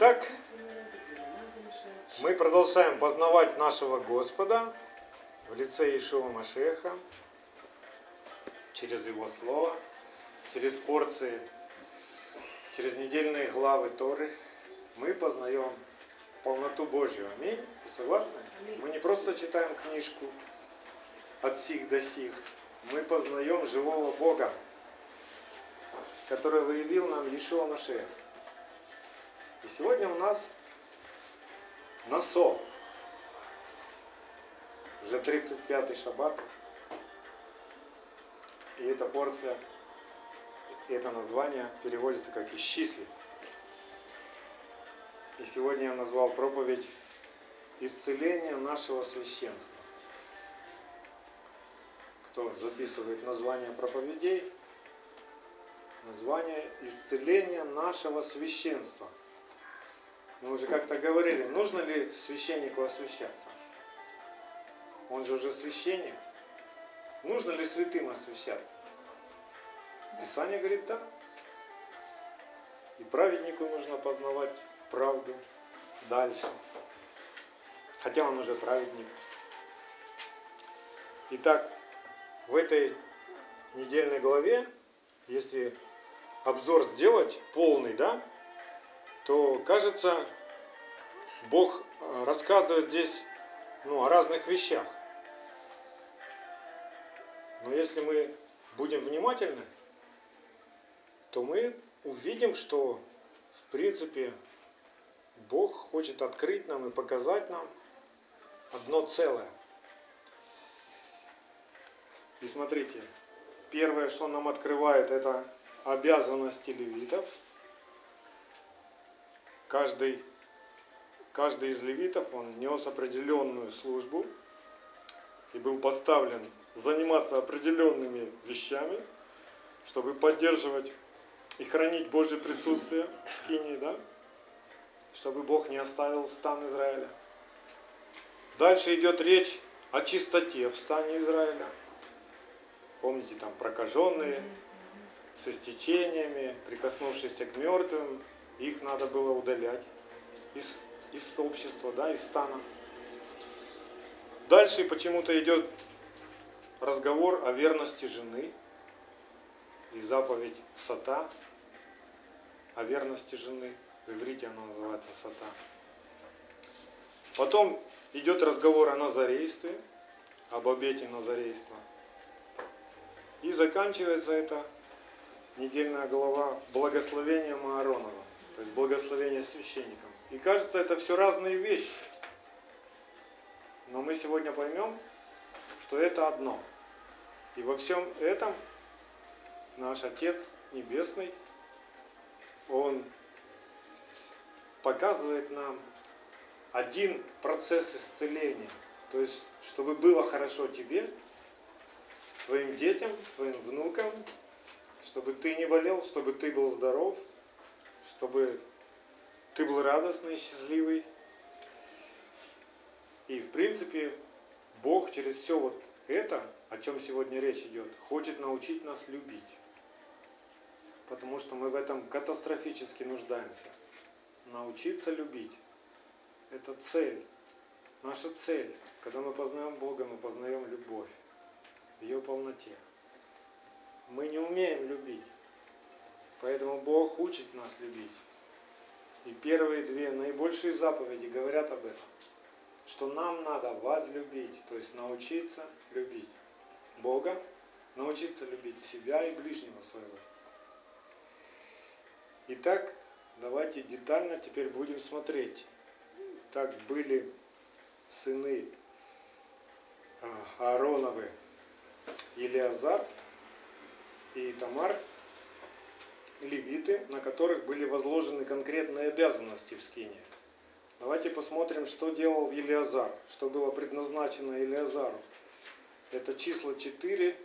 Итак, мы продолжаем познавать нашего Господа в лице Иешуа Машиаха через Его Слово, через порции, через недельные главы Торы. Мы познаем полноту Божью. Аминь. Вы согласны? Мы не просто читаем книжку от сих до сих. Мы познаем живого Бога, который выявил нам Иешуа Машиах. И сегодня у нас Насо. Уже 35-й шаббат. И эта порция, это название переводится как «исчисли». И сегодня я назвал проповедь «Исцеление нашего священства». Кто записывает название проповедей? Название «Исцеление нашего священства». Мы уже как-то говорили, нужно ли священнику освящаться? Он же уже священник. Нужно ли святым освящаться? Писание говорит, да. И праведнику нужно познавать правду дальше. Хотя он уже праведник. Итак, в этой недельной главе, если обзор сделать полный, да, то кажется, Бог рассказывает здесь о разных вещах. Но если мы будем внимательны, то мы увидим, что в принципе Бог хочет открыть нам и показать нам одно целое. И смотрите, первое, что нам открывает, это обязанности левитов. Каждый из левитов, он нес определенную службу и был поставлен заниматься определенными вещами, чтобы поддерживать и хранить Божье присутствие в скинии, да? Чтобы Бог не оставил стан Израиля. Дальше идет речь о чистоте в стане Израиля. Помните, там прокаженные, с истечениями, прикоснувшиеся к мертвым, их надо было удалять из общества, да, из стана. Дальше почему-то идет разговор о верности жены и заповедь сата о верности жены. В иврите она называется сата. Потом идет разговор о назарействе, об обете назарейства. И заканчивается эта недельная глава благословением Ааронова, то есть благословение священникам. И кажется, это все разные вещи. Но мы сегодня поймем, что это одно. И во всем этом наш Отец Небесный, Он показывает нам один процесс исцеления. То есть, чтобы было хорошо тебе, твоим детям, твоим внукам, чтобы ты не болел, чтобы ты был здоров, чтобы ты был радостный, счастливый. И в принципе, Бог через все вот это, о чем сегодня речь идет, хочет научить нас любить. Потому что мы в этом катастрофически нуждаемся. Научиться любить. Это цель. Наша цель. Когда мы познаем Бога, мы познаем любовь в ее полноте. Мы не умеем любить. Поэтому Бог учит нас любить. И первые две наибольшие заповеди говорят об этом. Что нам надо возлюбить, то есть научиться любить Бога, научиться любить себя и ближнего своего. Итак, давайте детально теперь будем смотреть. Так были сыны Аароновы, Елеазар и Итамар, левиты, на которых были возложены конкретные обязанности в скинии. Давайте посмотрим, что делал Елеазар, что было предназначено Елеазару. Это числа 4,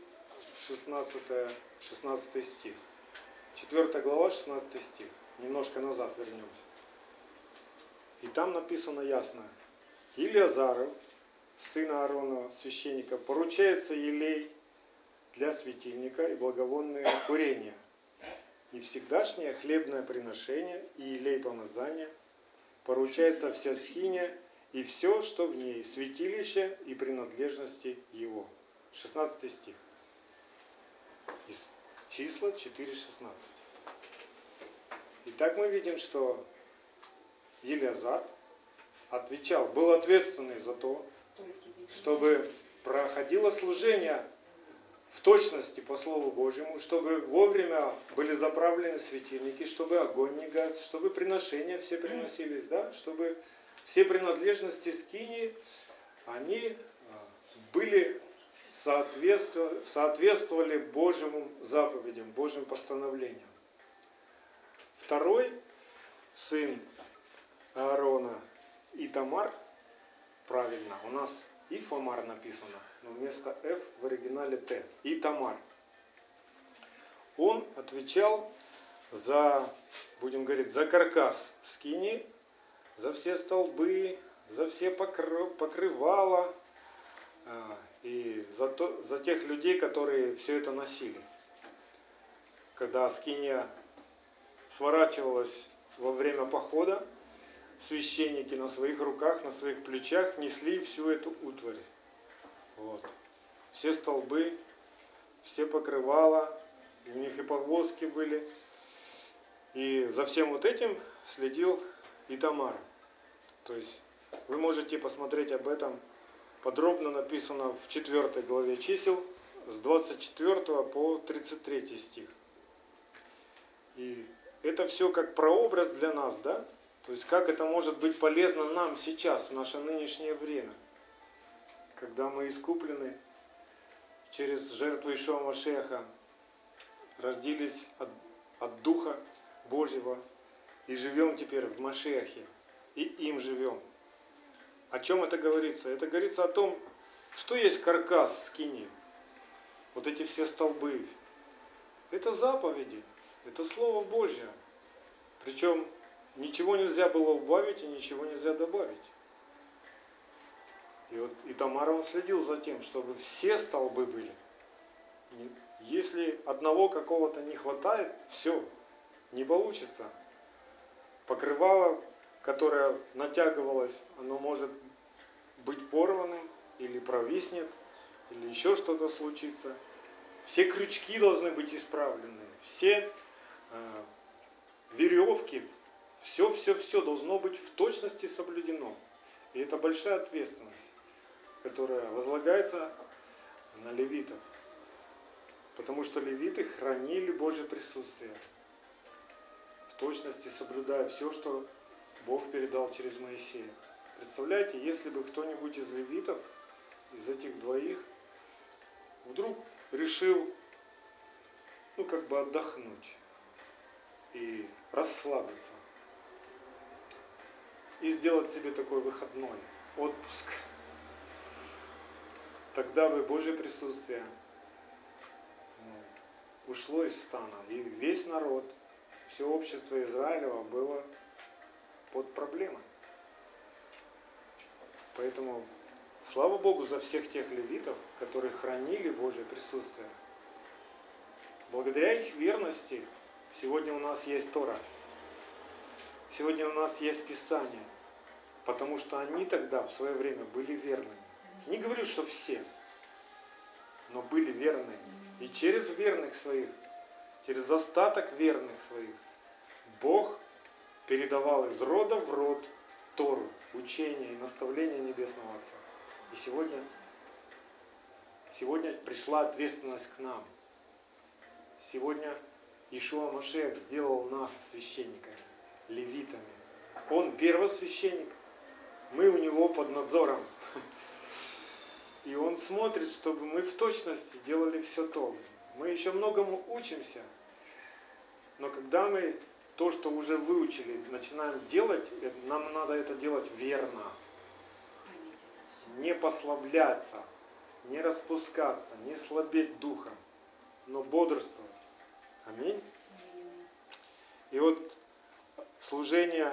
16 стих. 4 глава, 16 стих. Немножко назад вернемся. И там написано ясно. Елеазару, сына Ааронова, священника, поручается елей для светильника и благовонные курения, и всегдашнее хлебное приношение, и елей помазания, поручается вся скиния и все, что в ней, святилище и принадлежности его. 16 стих. Из числа 4:16. Итак, мы видим, что Елиазар был ответственный за то, чтобы проходило служение в точности по Слову Божьему, чтобы вовремя были заправлены светильники, чтобы огонь не гас, чтобы приношения все приносились, да, чтобы все принадлежности скинии, они были, соответствовали Божьим заповедям, Божьим постановлениям. Второй сын Аарона, Итамар, правильно, у нас Ифамар написано, но вместо F в оригинале Т. Итамар. Он отвечал за, будем говорить, за каркас скинии, за все столбы, за все покрывала и за тех людей, которые все это носили. Когда скиния сворачивалась во время похода, священники на своих руках, на своих плечах несли всю эту утварь. Вот. Все столбы, все покрывала, у них и повозки были. И за всем вот этим следил Итамар. То есть вы можете посмотреть об этом, подробно написано в 4 главе чисел, с 24 по 33 стих. И это все как прообраз для нас, да? То есть как это может быть полезно нам сейчас, в наше нынешнее время, когда мы искуплены через жертву Иешуа Машиаха, родились от Духа Божьего и живем теперь в Машиахе, и им живем. О чем это говорится? Это говорится о том, что есть каркас скинии. Вот эти все столбы. Это заповеди, это Слово Божье. Причем ничего нельзя было убавить и ничего нельзя добавить. И вот Итамар, он следил за тем, чтобы все столбы были. Если одного какого-то не хватает, все, не получится. Покрывало, которое натягивалось, оно может быть порванным, или провиснет, или еще что-то случится. Все крючки должны быть исправлены, все веревки, все должно быть в точности соблюдено. И это большая ответственность, которая возлагается на левитов. Потому что левиты хранили Божье присутствие, в точности соблюдая все, что Бог передал через Моисея. Представляете, если бы кто-нибудь из левитов, из этих двоих, вдруг решил, отдохнуть и расслабиться, и сделать себе такой выходной отпуск, тогда бы Божье присутствие ушло из стана, и весь народ, все общество Израилева было под проблемой. Поэтому слава Богу за всех тех левитов, которые хранили Божье присутствие. Благодаря их верности сегодня у нас есть Тора. Сегодня у нас есть Писание. Потому что они тогда, в свое время, были верными. Не говорю, что все, но были верными. И через верных своих, через остаток верных своих, Бог передавал из рода в род Тору, учение и наставление Небесного Отца. И сегодня пришла ответственность к нам. Сегодня Иешуа Машиах сделал нас священниками, левитами. Он первосвященник, мы у него под надзором. И он смотрит, чтобы мы в точности делали все то. Мы еще многому учимся, но когда мы то, что уже выучили, начинаем делать, нам надо это делать верно. Не послабляться, не распускаться, не слабеть духом, но бодрствовать. Аминь. И вот служение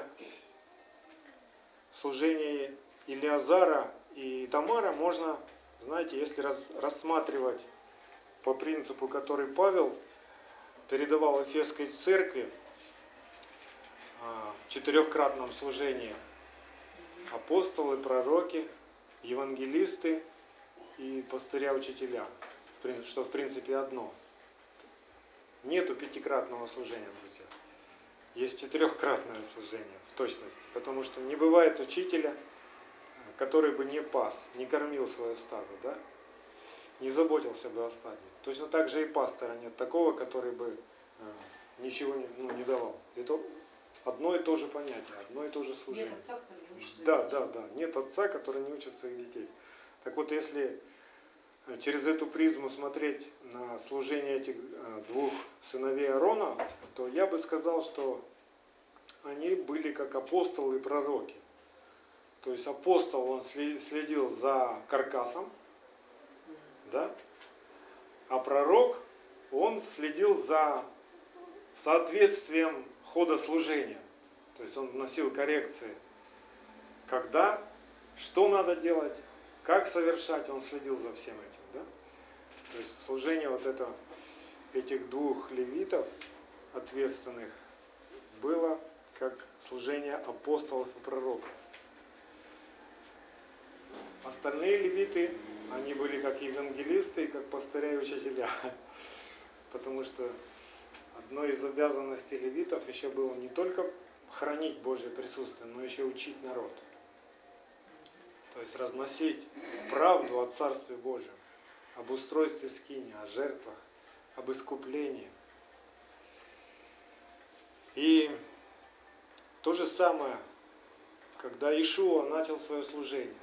Илиазара и Тамара можно, знаете, если рассматривать по принципу, который Павел передавал Эфесской церкви, четырехкратном служении апостолы, пророки, евангелисты и пастыря-учителя, что в принципе одно. Нету пятикратного служения, друзья. Есть четырехкратное служение в точности, потому что не бывает учителя, который бы не пас, не кормил свое стадо, да? Не заботился бы о стаде. Точно так же и пастора нет такого, который бы ничего не давал. Это одно и то же понятие, одно и то же служение. Нет отца, который не учит своих детей. Да. Нет отца, который не учит своих детей. Так вот, если через эту призму смотреть на служение этих двух сыновей Аарона, то я бы сказал, что они были как апостолы и пророки. То есть апостол, он следил за каркасом, да? А пророк, он следил за соответствием хода служения. То есть он вносил коррекции, когда, что надо делать, как совершать, он следил за всем этим. Да? То есть служение этих двух левитов, ответственных, было как служение апостолов и пророков. Остальные левиты, они были как евангелисты и как пастыря и учителя. Потому что одной из обязанностей левитов еще было не только хранить Божье присутствие, но еще учить народ. То есть разносить правду о Царстве Божьем, об устройстве скинии, о жертвах, об искуплении. И то же самое, когда Иешуа начал свое служение.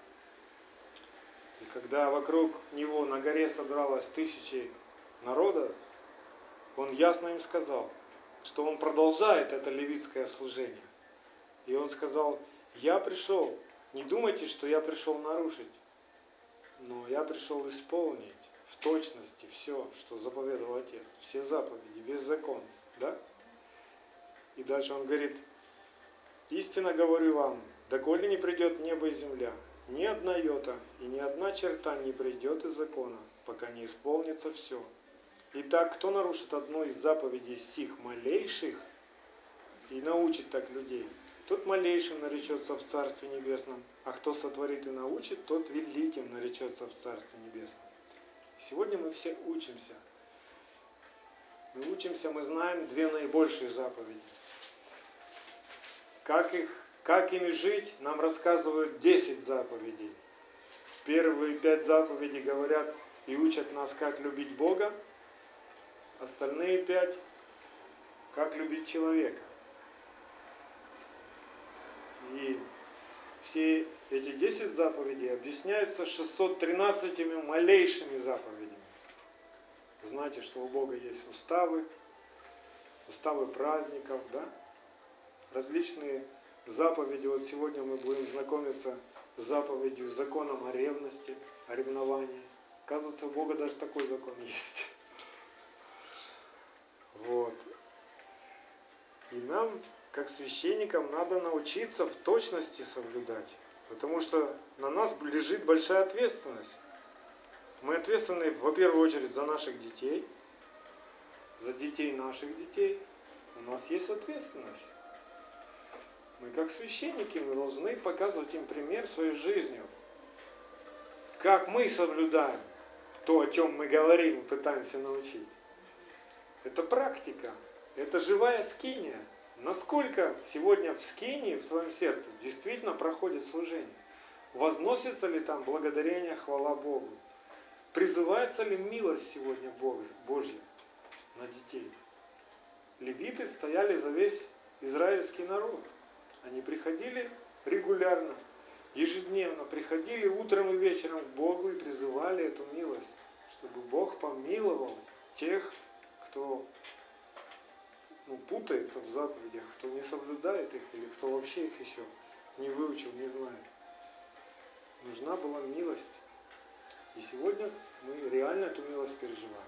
И когда вокруг него на горе собралось тысячи народа, он ясно им сказал, что он продолжает это левитское служение. И он сказал: я пришел, не думайте, что я пришел нарушить, но я пришел исполнить в точности все, что заповедовал Отец, все заповеди, весь закон. Да? И дальше он говорит: истинно говорю вам, доколе не придет небо и земля, ни одна йота и ни одна черта не придет из закона, пока не исполнится все. Итак, кто нарушит одну из заповедей сих малейших и научит так людей, тот малейшим наречется в Царстве Небесном, а кто сотворит и научит, тот великим наречется в Царстве Небесном. Сегодня мы все учимся. Мы знаем две наибольшие заповеди. Как ими жить, нам рассказывают 10 заповедей. Первые 5 заповедей говорят и учат нас, как любить Бога. Остальные 5, как любить человека. И все эти 10 заповедей объясняются 613 малейшими заповедями. Знаете, что у Бога есть уставы праздников, да? Различные заповеди. Вот сегодня мы будем знакомиться с заповедью, законом о ревности, о ревновании. Оказывается, у Бога даже такой закон есть. Вот. И нам, как священникам, надо научиться в точности соблюдать. Потому что на нас лежит большая ответственность. Мы ответственны, во первую очередь, за наших детей, за детей наших детей. У нас есть ответственность. Мы, как священники, мы должны показывать им пример своей жизнью. Как мы соблюдаем то, о чем мы говорим и пытаемся научить. Это практика. Это живая скиния. Насколько сегодня в скинии, в твоем сердце, действительно проходит служение? Возносится ли там благодарение, хвала Богу? Призывается ли милость сегодня Божья на детей? Левиты стояли за весь израильский народ. Они приходили регулярно, ежедневно, приходили утром и вечером к Богу и призывали эту милость, чтобы Бог помиловал тех, кто путается в заповедях, кто не соблюдает их, или кто вообще их еще не выучил, не знает. Нужна была милость. И сегодня мы реально эту милость переживаем.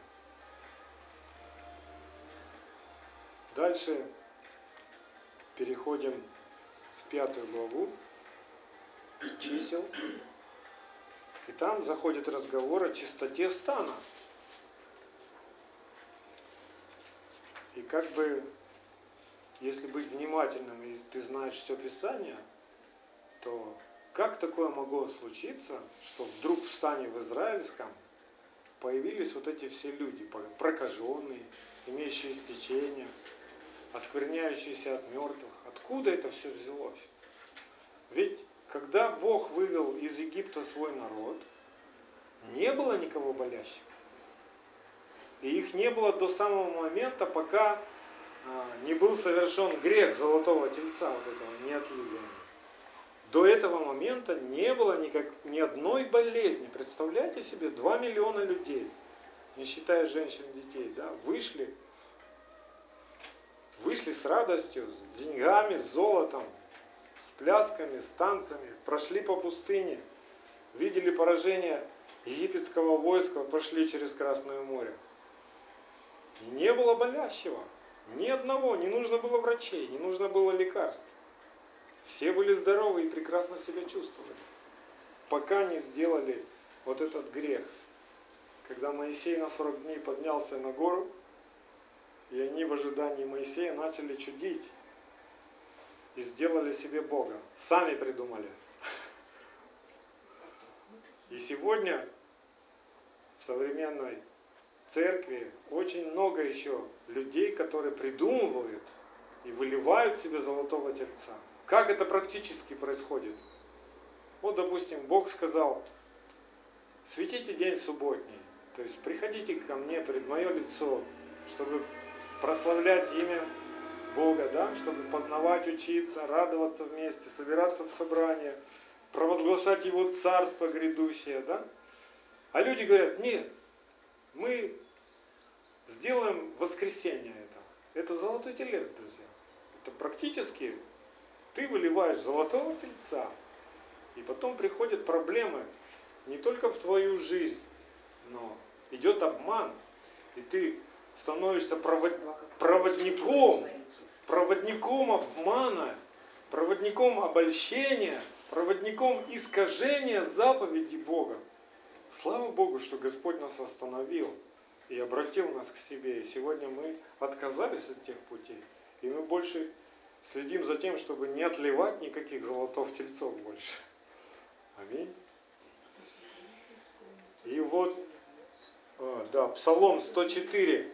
Дальше переходим в 5 главу чисел. И там заходит разговор о чистоте стана. И как бы если быть внимательным, и ты знаешь все Писание, то как такое могло случиться, что вдруг в стане в израильском появились вот эти все люди, прокаженные, имеющие истечения, оскверняющиеся от мертвых? Откуда это все взялось? Ведь когда Бог вывел из Египта свой народ, не было никого болящих. И их не было до самого момента, пока не был совершен грех золотого тельца, вот этого неотливия. До этого момента не было ни одной болезни. Представляете себе, 2 миллиона людей, не считая женщин и детей, да, вышли с радостью, с деньгами, с золотом, с плясками, с танцами, прошли по пустыне, видели поражение египетского войска, пошли через Красное море. И не было болящего, ни одного, не нужно было врачей, не нужно было лекарств. Все были здоровы и прекрасно себя чувствовали, пока не сделали вот этот грех. Когда Моисей на 40 дней поднялся на гору, и они в ожидании Моисея начали чудить и сделали себе Бога. Сами придумали. И сегодня в современной церкви очень много еще людей, которые придумывают и выливают себе золотого тельца. Как это практически происходит? Вот, допустим, Бог сказал: светите день субботний, то есть приходите ко мне пред мое лицо, чтобы прославлять имя Бога, да? Чтобы познавать, учиться, радоваться вместе, собираться в собрание, провозглашать Его царство грядущее. Да? А люди говорят: нет, мы сделаем воскресенье это. Это золотой телец, друзья. Это практически ты выливаешь золотого тельца, и потом приходят проблемы не только в твою жизнь, но идет обман, и ты становишься проводником обмана, проводником обольщения, проводником искажения заповеди Бога. Слава Богу, что Господь нас остановил и обратил нас к себе. И сегодня мы отказались от тех путей. И мы больше следим за тем, чтобы не отливать никаких золотых тельцов больше. Аминь. И вот, Псалом 104,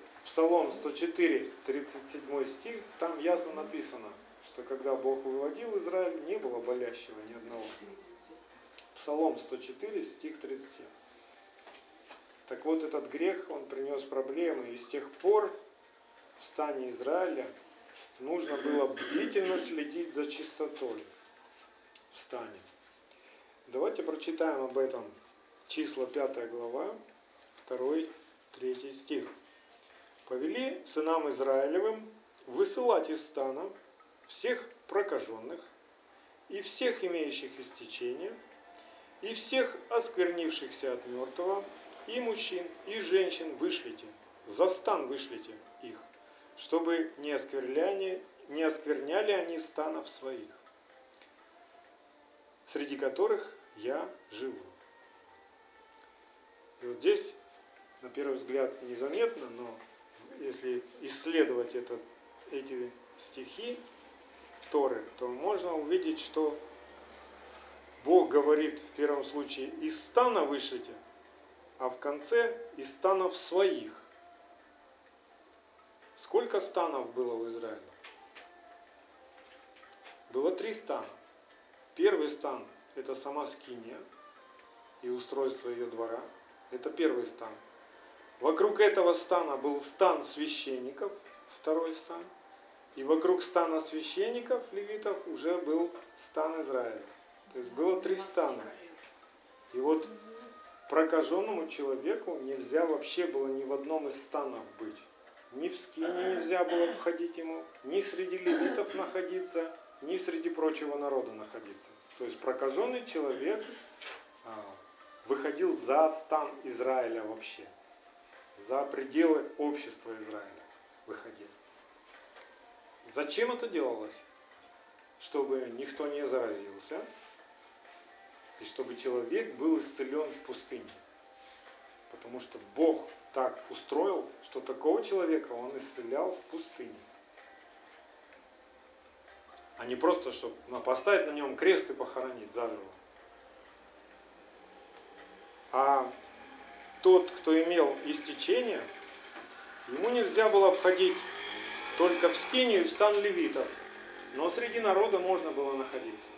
37 стих, там ясно написано, что когда Бог выводил Израиль, не было болящего ни одного. Псалом 104, стих 37. Так вот, этот грех, он принес проблемы, и с тех пор в стане Израиля нужно было бдительно следить за чистотой в стане. Давайте прочитаем об этом числа 5 глава, 2-3 стих. «Повели сынам Израилевым высылать из стана всех прокаженных, и всех имеющих истечение, и всех осквернившихся от мертвого, и мужчин, и женщин вышлите, за стан вышлите их, чтобы не оскверняли они станов своих, среди которых я живу». И вот здесь, на первый взгляд, незаметно, но если исследовать эти стихи Торы, то можно увидеть, что Бог говорит в первом случае из стана вышлите, а в конце из станов своих. Сколько станов было в Израиле? Было 3 стана. Первый стан – это сама скиния и устройство ее двора. Это первый стан. Вокруг этого стана был стан священников, второй стан. И вокруг стана священников, левитов, уже был стан Израиля. То есть было 3 стана. И вот прокаженному человеку нельзя вообще было ни в одном из станов быть. Ни в скине нельзя было входить ему, ни среди левитов находиться, ни среди прочего народа находиться. То есть прокаженный человек выходил за стан Израиля вообще. За пределы общества Израиля выходил. Зачем это делалось? Чтобы никто не заразился, и чтобы человек был исцелен в пустыне. Потому что Бог так устроил, что такого человека Он исцелял в пустыне. а не просто, чтобы поставить на нем крест и похоронить заживо. А тот, кто имел истечение, ему нельзя было входить только в скинию и в стан левитов, но среди народа можно было находиться.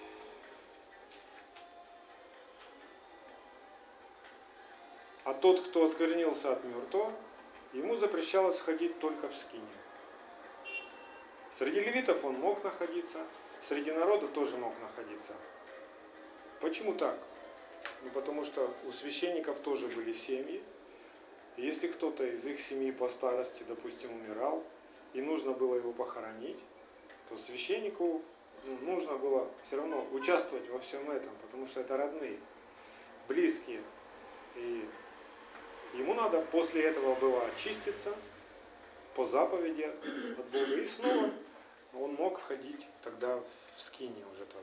А тот, кто осквернился от мертвого, ему запрещалось ходить только в скинию. Среди левитов он мог находиться, среди народа тоже мог находиться. Почему так? Ну, потому что у священников тоже были семьи. И если кто-то из их семьи по старости, допустим, умирал, и нужно было его похоронить, то священнику нужно было все равно участвовать во всем этом, потому что это родные, близкие. И ему надо после этого было очиститься по заповеди от Бога. И снова он мог входить тогда в скинию уже тогда.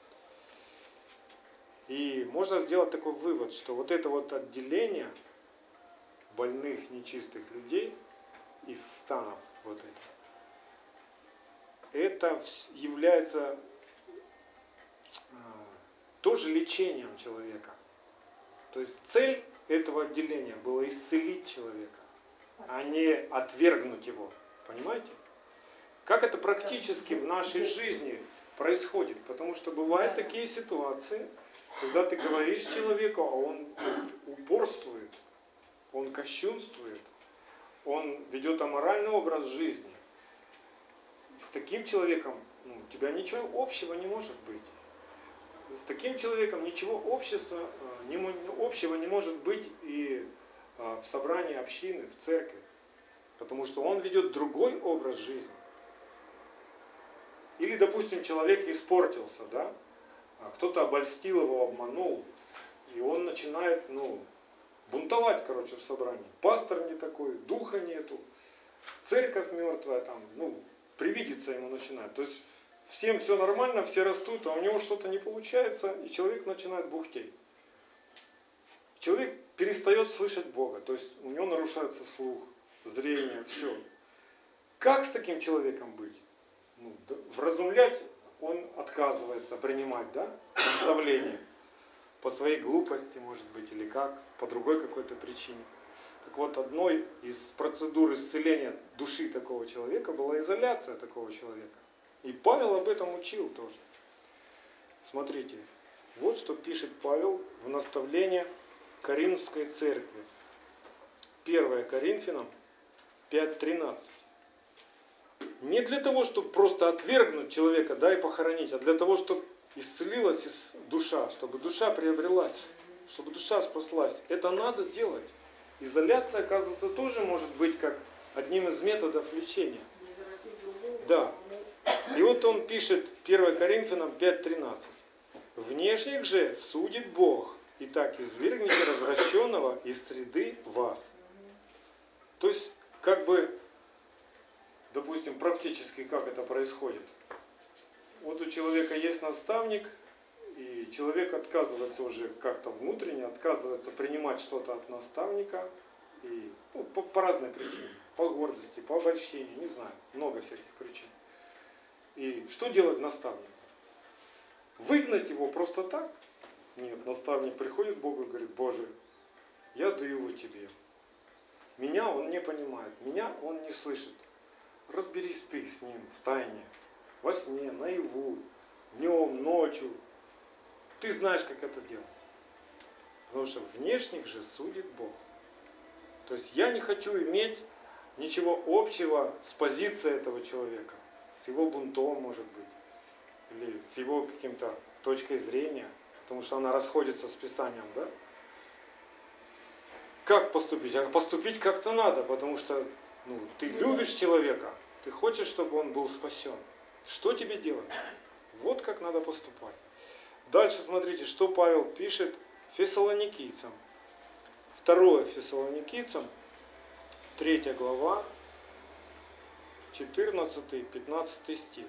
И можно сделать такой вывод, что вот это вот отделение больных, нечистых людей из станов вот это является тоже лечением человека. То есть цель этого отделения была исцелить человека, а не отвергнуть его. Понимаете? Как это практически в нашей жизни происходит? Потому что бывают такие ситуации, когда ты говоришь человеку, а он упорствует, он кощунствует, он ведет аморальный образ жизни. С таким человеком у тебя ничего общего не может быть. С таким человеком ничего общего не может быть и в собрании общины, в церкви. Потому что он ведет другой образ жизни. Или, допустим, человек испортился, да? Кто-то обольстил его, обманул, и он начинает, бунтовать, в собрании. Пастор не такой, духа нету, церковь мертвая, привидеться ему начинает. То есть всем все нормально, все растут, а у него что-то не получается, и человек начинает бухтеть. Человек перестает слышать Бога, то есть у него нарушается слух, зрение, все. Как с таким человеком быть? Вразумлять он отказывается принимать, наставление. По своей глупости, может быть, или как, по другой какой-то причине. Так вот, одной из процедур исцеления души такого человека была изоляция такого человека. И Павел об этом учил тоже. Смотрите, вот что пишет Павел в наставлении Коринфской церкви. 1 Коринфянам 5:13. Не для того, чтобы просто отвергнуть человека, и похоронить, а для того, чтобы исцелилась душа, чтобы душа приобрелась, чтобы душа спаслась. Это надо делать. Изоляция, оказывается, тоже может быть как одним из методов лечения. Да. И вот он пишет 1 Коринфянам 5:13. Внешних же судит Бог, и так извергните развращенного из среды вас. То есть, допустим, практически как это происходит. Вот у человека есть наставник, и человек отказывается уже как-то внутренне, отказывается принимать что-то от наставника, и, по разной причине, по гордости, по обольщению, не знаю, много всяких причин. И что делать наставнику? Выгнать его просто так? Нет, наставник приходит к Богу и говорит: Боже, я даю его тебе. Меня он не понимает, меня он не слышит. Разберись ты с ним в тайне, во сне, наяву, днем, ночью. Ты знаешь, как это делать. Потому что внешних же судит Бог. То есть я не хочу иметь ничего общего с позицией этого человека, с его бунтом, может быть, или с его каким-то точкой зрения, потому что она расходится с Писанием, да? Как поступить? А поступить как-то надо, потому что ты любишь человека, ты хочешь, чтобы он был спасен. Что тебе делать? Вот как надо поступать. Дальше смотрите, что Павел пишет фессалоникийцам. 2 Фессалоникийцам, 3 глава, 14-15 стих.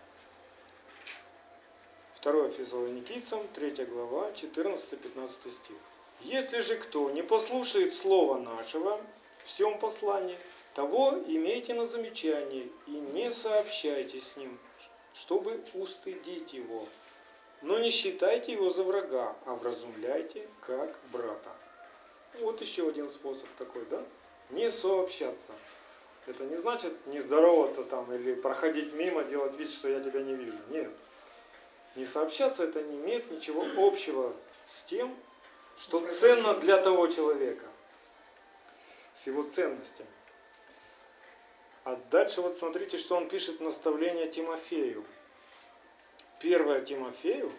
2 Фессалоникийцам, 3 глава, 14-15 стих. Если же кто не послушает слова нашего в всем послании, того имейте на замечании и не сообщайте с ним, чтобы устыдить его. Но не считайте его за врага, а вразумляйте как брата. Вот еще один способ такой, да? Не сообщаться. Это не значит не здороваться там или проходить мимо, делать вид, что я тебя не вижу. Нет. Не сообщаться, это не имеет ничего общего с тем, что ценно для того человека. С его ценностями. А дальше вот смотрите, что он пишет в наставление Тимофею. 1 Тимофею,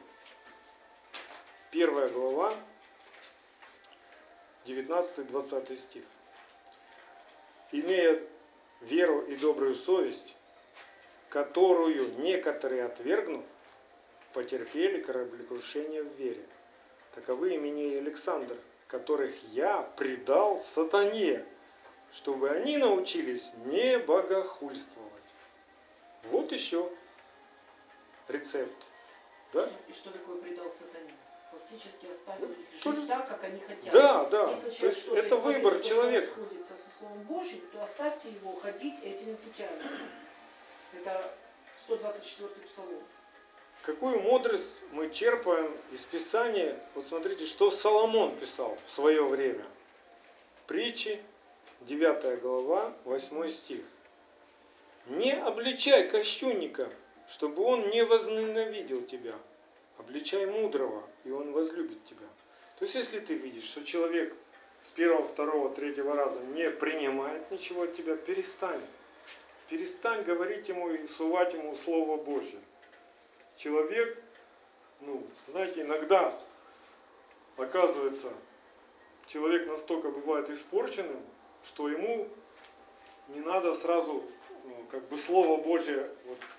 1 глава, 19-20 стих. Имея веру и добрую совесть, которую некоторые, отвергнув, потерпели кораблекрушение в вере. Таковы Именей и Александр, которых я предал сатане, чтобы они научились не богохульствовать. Вот еще рецепт. Да? И что такое предал сатане? Фактически оставил их тоже... жить так, как они хотят. Да, да. Если То есть человек это выбор поверит, человека. что сходится со Словом Божьим, то оставьте его ходить этими путями. Это 124-й псалом. Какую мудрость мы черпаем из Писания? Вот смотрите, что Соломон писал в свое время. Притчи, 9 глава, 8 стих. Не обличай кощунника, чтобы он не возненавидел тебя. Обличай мудрого, и он возлюбит тебя. То есть, если ты видишь, что человек с 1, 2, 3 раза не принимает ничего от тебя, перестань. Перестань говорить ему и сувать ему Слово Божье. Человек, знаете, иногда оказывается, человек настолько бывает испорченным, что ему не надо сразу, Слово Божье,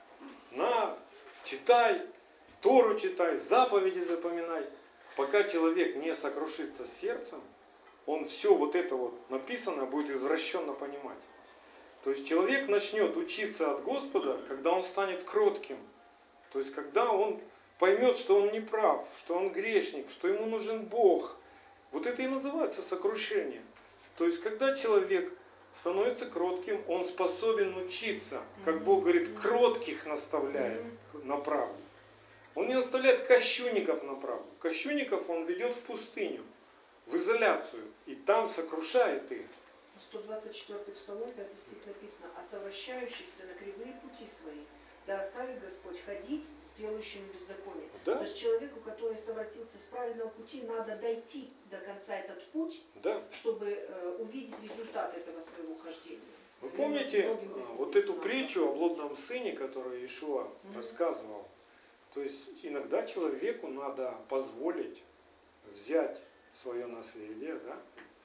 читай, Тору читай, заповеди запоминай. Пока человек не сокрушится сердцем, он все вот это вот написанное будет извращенно понимать. То есть человек начнет учиться от Господа, когда он станет кротким. То есть когда он поймет, что он не прав, что он грешник, что ему нужен Бог. Вот это и называется сокрушение. То есть когда человек становится кротким, он способен учиться. Как Бог говорит, кротких наставляет на правду. Он не наставляет кощунников на правду. Кощунников он ведет в пустыню, в изоляцию. И там сокрушает их. 124-й псалом, 5 стих написано: «А совращающихся на кривые пути свои, да оставит Господь ходить с делающим беззаконие». Да? То есть человеку, который совратился с правильного пути, надо дойти до конца этот путь, да, чтобы увидеть результат этого своего хождения. Вы помните вот эту притчу о блудном сыне, которую Иешуа рассказывал? То есть иногда человеку надо позволить взять свое наследие, да,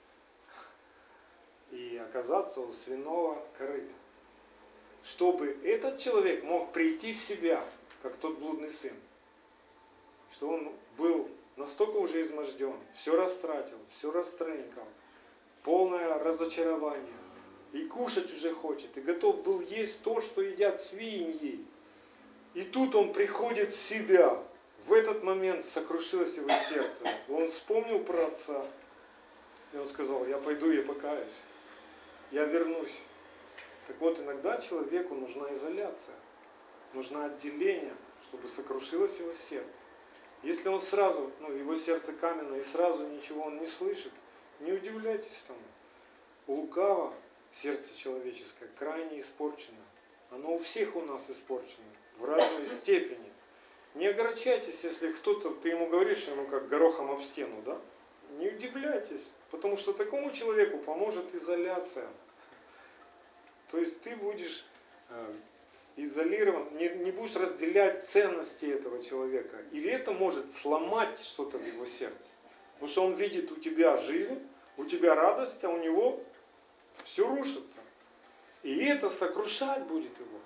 и оказаться у свиного корыта. Чтобы этот человек мог прийти в себя, как тот блудный сын. Что он был настолько уже изможден, все растратил, все растренькал, полное разочарование. И кушать уже хочет, и готов был есть то, что едят свиньи. И тут он приходит в себя. В этот момент сокрушилось его сердце. Он вспомнил про отца. И он сказал: я пойду, я покаюсь. Я вернусь. Так вот, иногда человеку нужна изоляция. Нужно отделение, чтобы сокрушилось его сердце. Если он сразу, его сердце каменное, и сразу ничего он не слышит, не удивляйтесь тому. У лукава сердце человеческое крайне испорчено. Оно у всех у нас испорчено в разной степени. Не огорчайтесь, если ты ему говоришь, ему как горохом об стену, да? Не удивляйтесь, потому что такому человеку поможет изоляция. То есть ты будешь изолирован, не будешь разделять ценности этого человека. И это может сломать что-то в его сердце. Потому что он видит у тебя жизнь, у тебя радость, а у него все рушится. И это сокрушать будет его.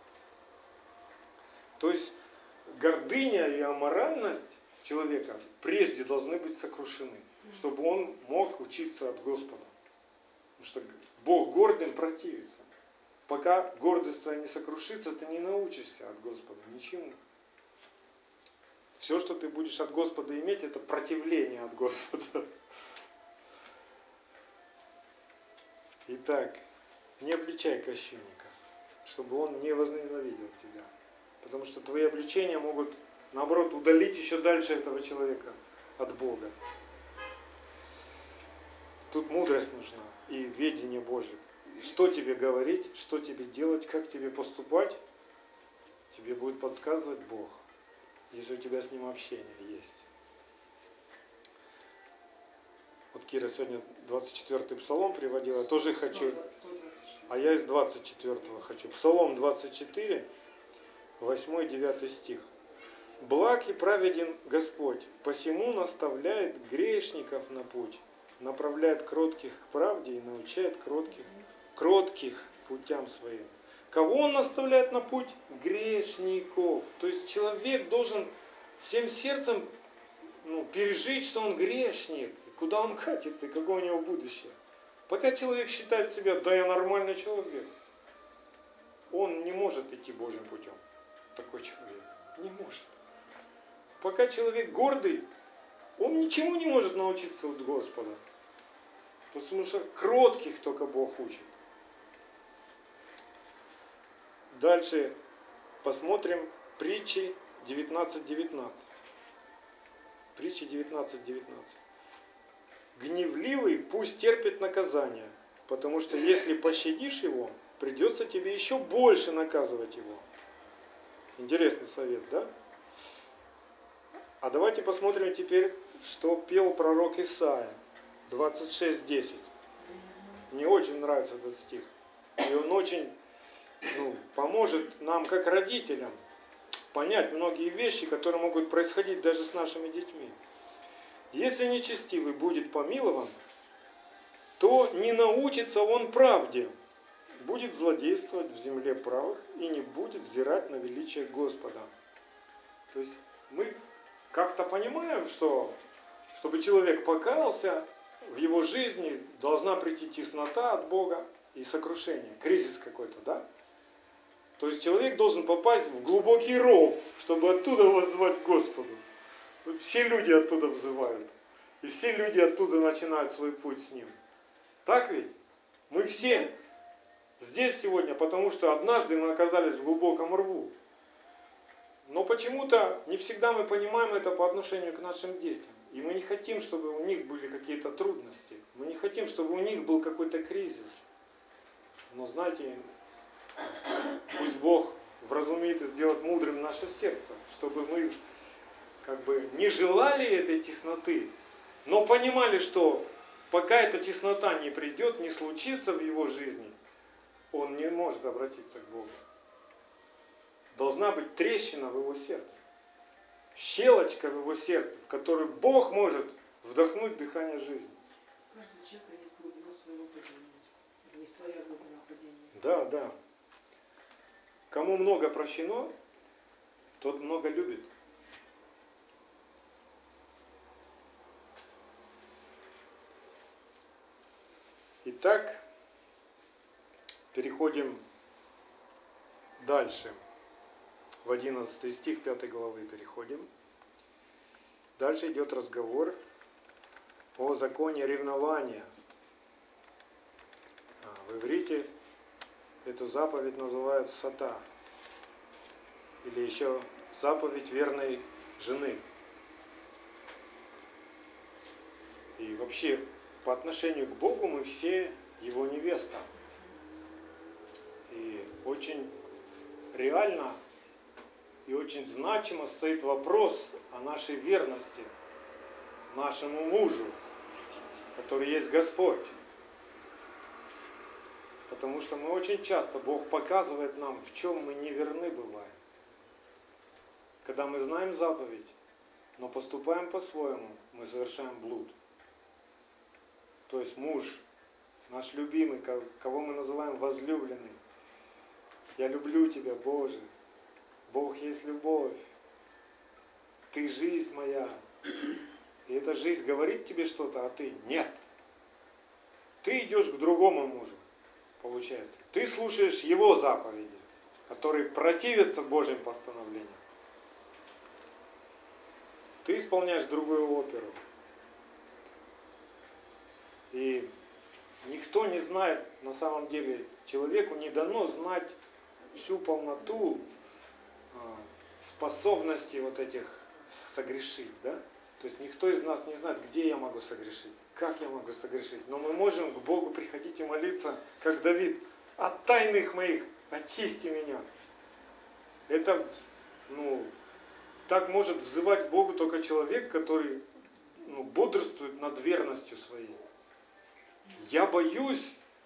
То есть гордыня и аморальность человека прежде должны быть сокрушены, чтобы он мог учиться от Господа. Потому что Бог гордым противится. Пока гордость твоя не сокрушится, ты не научишься от Господа ничему. Все, что ты будешь от Господа иметь, это противление от Господа. Итак, не обличай кощунника, чтобы он не возненавидел тебя. Потому что твои обличения могут, наоборот, удалить еще дальше этого человека от Бога. Тут мудрость нужна и ведение Божье. Что тебе говорить, что тебе делать, как тебе поступать, тебе будет подсказывать Бог, если у тебя с Ним общение есть. Вот Кира сегодня 24-й псалом приводила, тоже хочу, а я из 24-го хочу. Псалом 24, 8-9 стих. «Благ и праведен Господь, посему наставляет грешников на путь, направляет кротких к правде и научает кротких путям своим». Кого Он наставляет на путь? Грешников. То есть человек должен всем сердцем пережить, что он грешник, куда он катится и какое у него будущее. Пока человек считает себя, да я нормальный человек, он не может идти Божьим путем. Такой человек не может. Пока человек гордый, он ничему не может научиться от Господа. Потому что кротких только Бог учит. Дальше посмотрим притчи 19:19. Притчи 19:19. Гневливый пусть терпит наказание, потому что если пощадишь его, придется тебе еще больше наказывать его. Интересный совет, да? А давайте посмотрим теперь, что пел пророк Исаия. 26:10. Мне очень нравится этот стих. И он очень поможет нам, как родителям, понять многие вещи, которые могут происходить даже с нашими детьми. Если нечестивый будет помилован, то не научится он правде, будет злодействовать в земле правых и не будет взирать на величие Господа. То есть мы как-то понимаем, что чтобы человек покаялся, в его жизни должна прийти теснота от Бога и сокрушение, кризис какой-то, да? То есть человек должен попасть в глубокий ров, чтобы оттуда воззвать к Господу. Все люди оттуда взывают. И все люди оттуда начинают свой путь с Ним. Так ведь? Мы все здесь сегодня, потому что однажды мы оказались в глубоком рву. Но почему-то не всегда мы понимаем это по отношению к нашим детям. И мы не хотим, чтобы у них были какие-то трудности. Мы не хотим, чтобы у них был какой-то кризис. Но знаете, пусть Бог вразумит и сделает мудрым наше сердце, чтобы мы не желали этой тесноты, но понимали, что пока эта теснота не придет, не случится в его жизни, он не может обратиться к Богу. Должна быть трещина в его сердце, щелочка в его сердце, в которую Бог может вдохнуть дыхание жизни. Каждый человек есть глубина своего падения, не своя глубина падения. Да, да. Кому много прощено, тот много любит. Итак, переходим дальше. В 11 стих 5 главы переходим. Дальше идет разговор о законе ревнования. В иврите эту заповедь называют сата. Или еще заповедь верной жены. И вообще, по отношению к Богу мы все Его невеста. И очень реально и очень значимо стоит вопрос о нашей верности нашему мужу, который есть Господь. Потому что мы очень часто, Бог показывает нам, в чем мы неверны бываем. Когда мы знаем заповедь, но поступаем по-своему, мы совершаем блуд. То есть муж, наш любимый, кого мы называем возлюбленный. Я люблю тебя, Боже. Бог есть любовь. Ты жизнь моя. И эта жизнь говорит тебе что-то, а ты нет. Ты идешь к другому мужу, получается. Ты слушаешь его заповеди, которые противятся Божьим постановлениям. Ты исполняешь другую оперу. И никто не знает, на самом деле, человеку не дано знать всю полноту способности вот этих согрешить, да? То есть никто из нас не знает, где я могу согрешить, как я могу согрешить. Но мы можем к Богу приходить и молиться, как Давид: от тайных моих очисти меня. Это, так может взывать к Богу только человек, который бодрствует над верностью своей. Я боюсь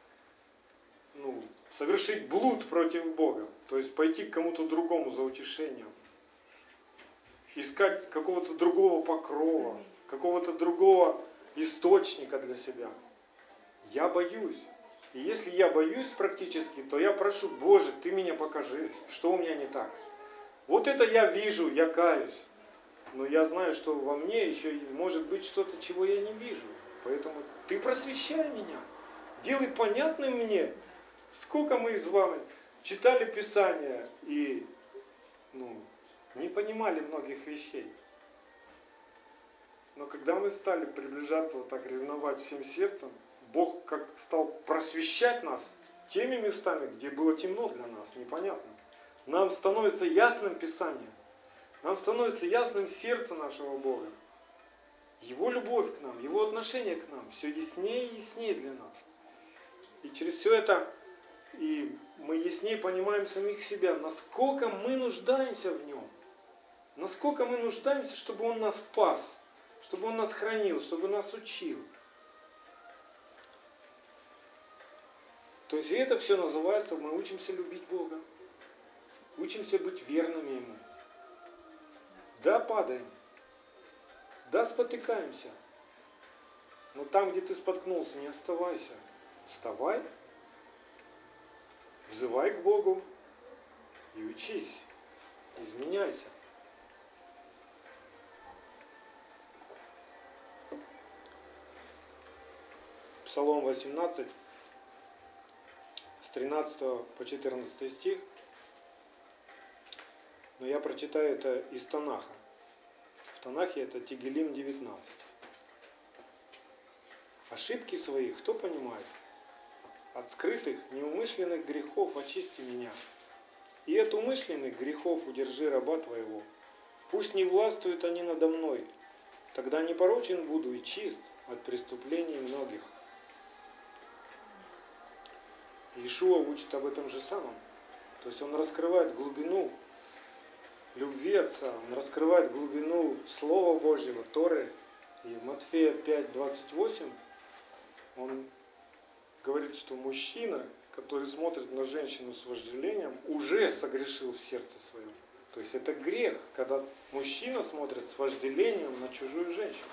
совершить блуд против Бога, то есть пойти к кому-то другому за утешением, искать какого-то другого покрова, какого-то другого источника для себя. Я боюсь. И если я боюсь практически, то я прошу: Боже, Ты мне покажи, что у меня не так. Вот это я вижу, я каюсь. Но я знаю, что во мне еще может быть что-то, чего я не вижу. Поэтому Ты просвещай меня. Делай понятным мне. Сколько мы с вами читали Писание и не понимали многих вещей. Но когда мы стали приближаться, вот так ревновать всем сердцем, Бог как стал просвещать нас теми местами, где было темно для нас, непонятно. Нам становится ясным Писание. Нам становится ясным сердце нашего Бога. Его любовь к нам, Его отношение к нам все яснее и яснее для нас. И через все это и мы яснее понимаем самих себя, насколько мы нуждаемся в Нем. Насколько мы нуждаемся, чтобы Он нас спас, чтобы Он нас хранил, чтобы нас учил. То есть и это все называется, мы учимся любить Бога. Учимся быть верными Ему. Да, падаем. Да, спотыкаемся. Но там, где ты споткнулся, не оставайся. Вставай, взывай к Богу и учись. Изменяйся. Псалом 18, с 13 по 14 стих. Но я прочитаю это из Танаха. В Танахе это Тегелим 19. Ошибки свои кто понимает? От скрытых, неумышленных грехов очисти меня. И от умышленных грехов удержи раба твоего. Пусть не властвуют они надо мной. Тогда непорочен буду и чист от преступлений многих. Иешуа учит об этом же самом. То есть он раскрывает глубину любви Отца, он раскрывает глубину Слова Божьего, Торы. И в Матфея 5:28 он говорит, что мужчина, который смотрит на женщину с вожделением, уже согрешил в сердце своем. То есть это грех, когда мужчина смотрит с вожделением на чужую женщину.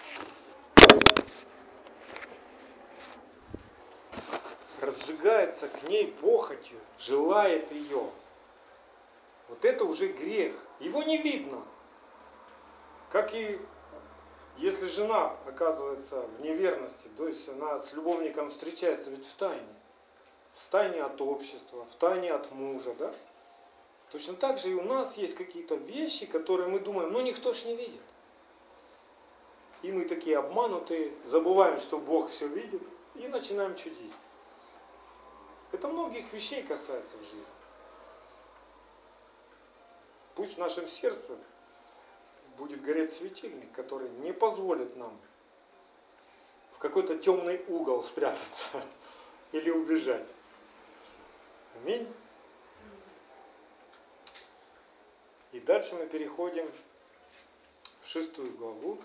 Разжигается к ней похотью, желает ее. Вот это уже грех. Его не видно. Как и если жена оказывается в неверности, то есть она с любовником встречается ведь в тайне. В тайне от общества, в тайне от мужа, да? Точно так же и у нас есть какие-то вещи, которые мы думаем, никто ж не видит. И мы такие обманутые, забываем, что Бог все видит, и начинаем чудить. Это многих вещей касается в жизни. Пусть в нашем сердце будет гореть светильник, который не позволит нам в какой-то темный угол спрятаться или убежать. Аминь. И дальше мы переходим в 6 главу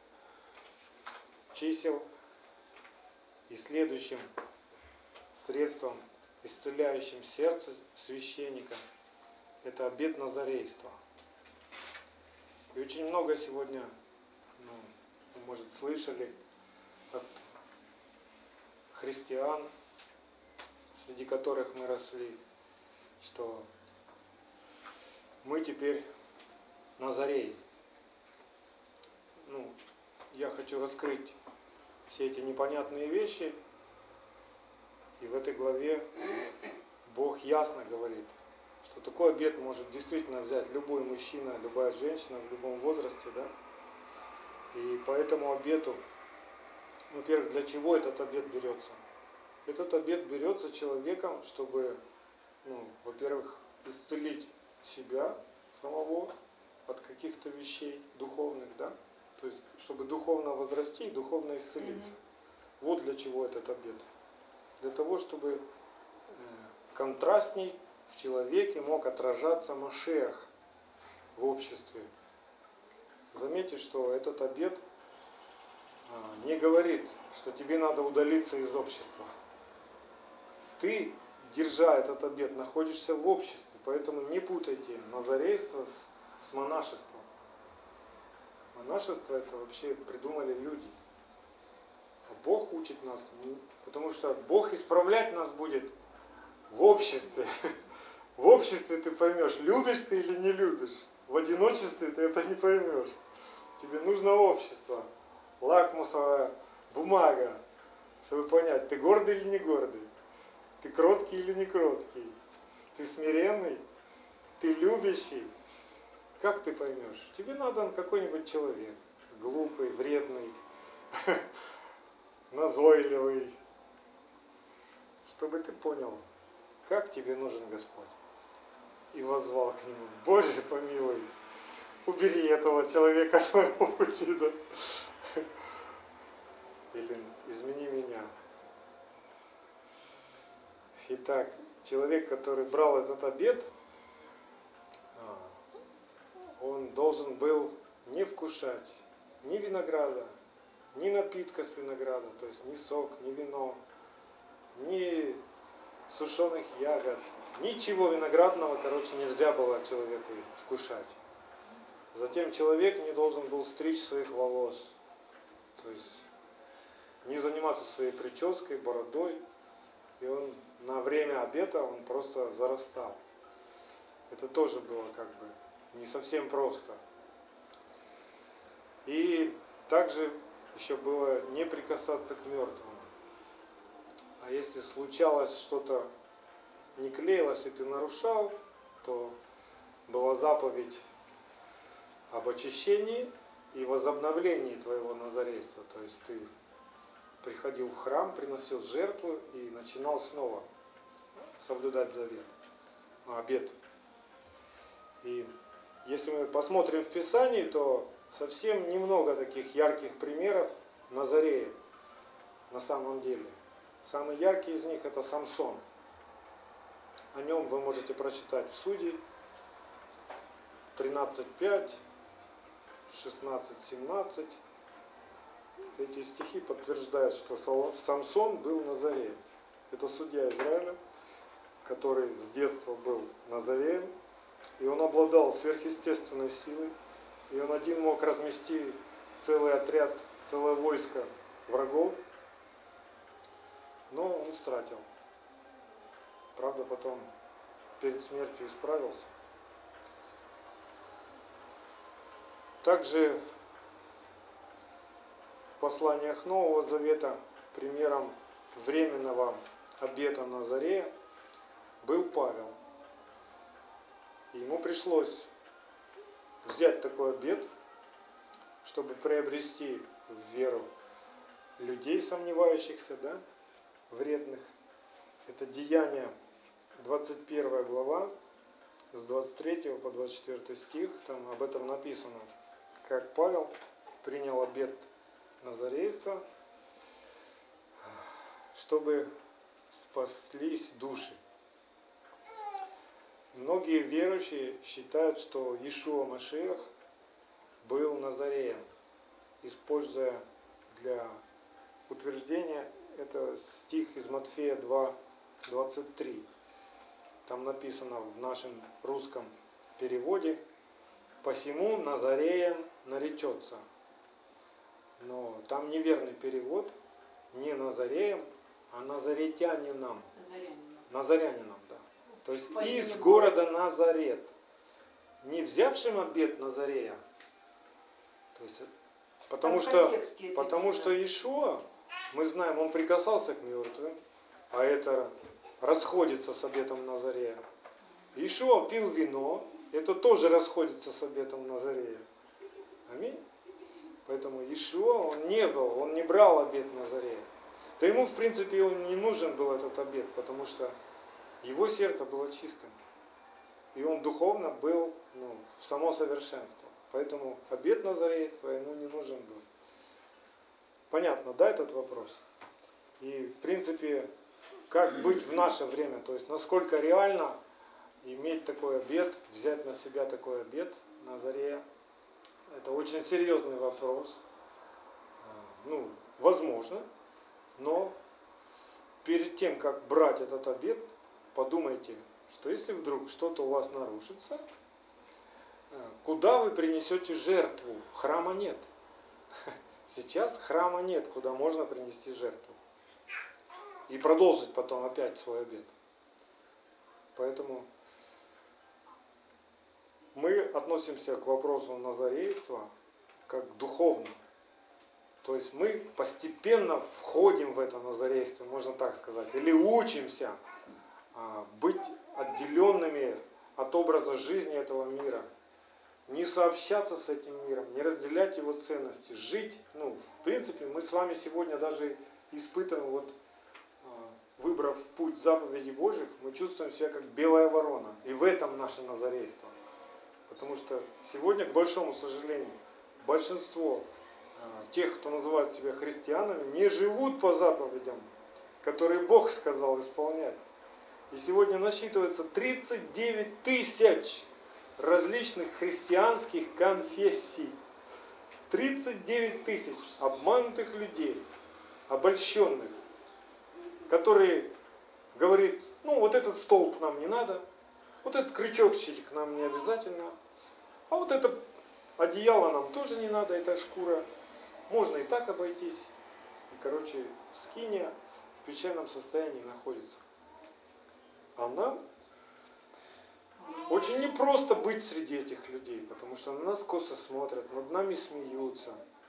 чисел. И следующим средством, исцеляющим сердце священника, это обет назарейства. И очень много сегодня, вы, может, слышали от христиан, среди которых мы росли, что мы теперь назареи. Я хочу раскрыть все эти непонятные вещи, и в этой главе Бог ясно говорит, что такой обет может действительно взять любой мужчина, любая женщина в любом возрасте, да? И по этому обету, во-первых, для чего этот обет берется? Этот обет берется человеком, чтобы, во-первых, исцелить себя, самого от каких-то вещей духовных, да? То есть, чтобы духовно возрасти и духовно исцелиться. Вот для чего этот обет. Для того, чтобы контрастней в человеке мог отражаться Машиах в обществе. Заметьте, что этот обет не говорит, что тебе надо удалиться из общества. Ты, держа этот обет, находишься в обществе, поэтому не путайте назарейство с монашеством. Монашество это вообще придумали люди. А Бог учит нас, потому что Бог исправлять нас будет в обществе. В обществе ты поймешь, любишь ты или не любишь. В одиночестве ты это не поймешь. Тебе нужно общество, лакмусовая бумага, чтобы понять, ты гордый или не гордый, ты кроткий или не кроткий, ты смиренный, ты любящий. Как ты поймешь? Тебе надо какой-нибудь человек, глупый, вредный, назойливый, чтобы ты понял, как тебе нужен Господь. И воззвал к нему: Боже помилуй, убери этого человека с моего пути, да? Или измени меня. Итак, человек, который брал этот обет, он должен был не вкушать ни винограда, ни напитка с винограда, то есть ни сок, ни вино, ни сушеных ягод, ничего виноградного, нельзя было человеку вкушать. Затем человек не должен был стричь своих волос, то есть не заниматься своей прической, бородой, и он на время обета он просто зарастал. Это тоже было не совсем просто. И также еще было не прикасаться к мертвым. А если случалось что-то, не клеилось, и ты нарушал, то была заповедь об очищении и возобновлении твоего назарейства. То есть ты приходил в храм, приносил жертву и начинал снова соблюдать обет. И если мы посмотрим в Писании, то совсем немного таких ярких примеров Назарея на самом деле. Самый яркий из них это Самсон. О нем вы можете прочитать в Судей 13:5, 16:17. Эти стихи подтверждают, что Самсон был Назареем. Это судья Израиля, который с детства был Назареем. И он обладал сверхъестественной силой. И он один мог размести целый отряд, целое войско врагов. Но он стратил. Правда, потом перед смертью исправился. Также в посланиях Нового Завета примером временного обета Назарея был Павел. И ему пришлось взять такой обет, чтобы приобрести в веру людей, сомневающихся, да, вредных. Это Деяния, 21 глава, с 23 по 24 стих, там об этом написано, как Павел принял обет назарейства, чтобы спаслись души. Многие верующие считают, что Иешуа Машиах был Назареем, используя для утверждения это стих из Матфея 2:23. Там написано в нашем русском переводе: «Посему Назареем наречется». Но там неверный перевод, не Назареем, а Назаретянином. Назарянином, да. То есть из города Назарет. Не взявшим обет Назарея. То есть, потому что Иешуа, мы знаем, он прикасался к мертвым, а это расходится с обетом Назарея. Иешуа пил вино, это тоже расходится с обетом Назарея. Аминь. Поэтому Иешуа, он не брал обет Назарея. Да ему, в принципе, он не нужен был этот обет, потому что его сердце было чистым. и он духовно был в само совершенство. Поэтому обет назарейства ему не нужен был. Понятно, да, этот вопрос? И в принципе, как быть в наше время, то есть насколько реально иметь такой обет, взять на себя такой обет Назарея, это очень серьезный вопрос. Возможно, но перед тем, как брать этот обет, подумайте, что если вдруг что-то у вас нарушится, куда вы принесете жертву? Храма нет. Сейчас храма нет, куда можно принести жертву. И продолжить потом опять свой обет. Поэтому мы относимся к вопросу назарейства как духовно. То есть мы постепенно входим в это назарейство, можно так сказать, или учимся быть отделенными от образа жизни этого мира, не сообщаться с этим миром, не разделять его ценности, жить. В принципе, мы с вами сегодня даже испытываем, выбрав путь заповедей Божьих, мы чувствуем себя как белая ворона. И в этом наше назарейство. Потому что сегодня, к большому сожалению, большинство тех, кто называют себя христианами, не живут по заповедям, которые Бог сказал исполнять. И сегодня насчитывается 39 тысяч различных христианских конфессий. 39 тысяч обманутых людей, обольщенных, которые говорят, вот этот столб нам не надо, вот этот крючочек нам не обязательно, а вот это одеяло нам тоже не надо, это шкура, можно и так обойтись. И, скиния в печальном состоянии находится. А нам очень непросто быть среди этих людей, потому что на нас косо смотрят, над нами смеются.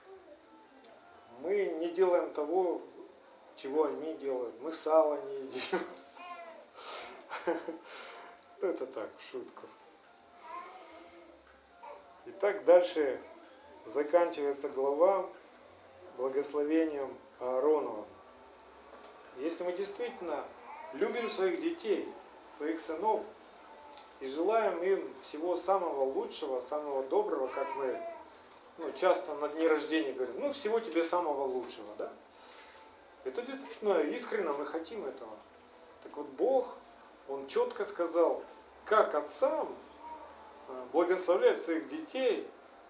Мы не делаем того, чего они делают. Мы сало не едим. Это так, в шутку. Итак, дальше заканчивается глава благословением Аароновым. Если мы действительно любим своих детей, своих сынов, и желаем им всего самого лучшего, самого доброго, как мы часто на дне рождения говорим, всего тебе самого лучшего, да? Это действительно искренне мы хотим этого. Так вот Бог, Он четко сказал, как отцам благословлять своих детей,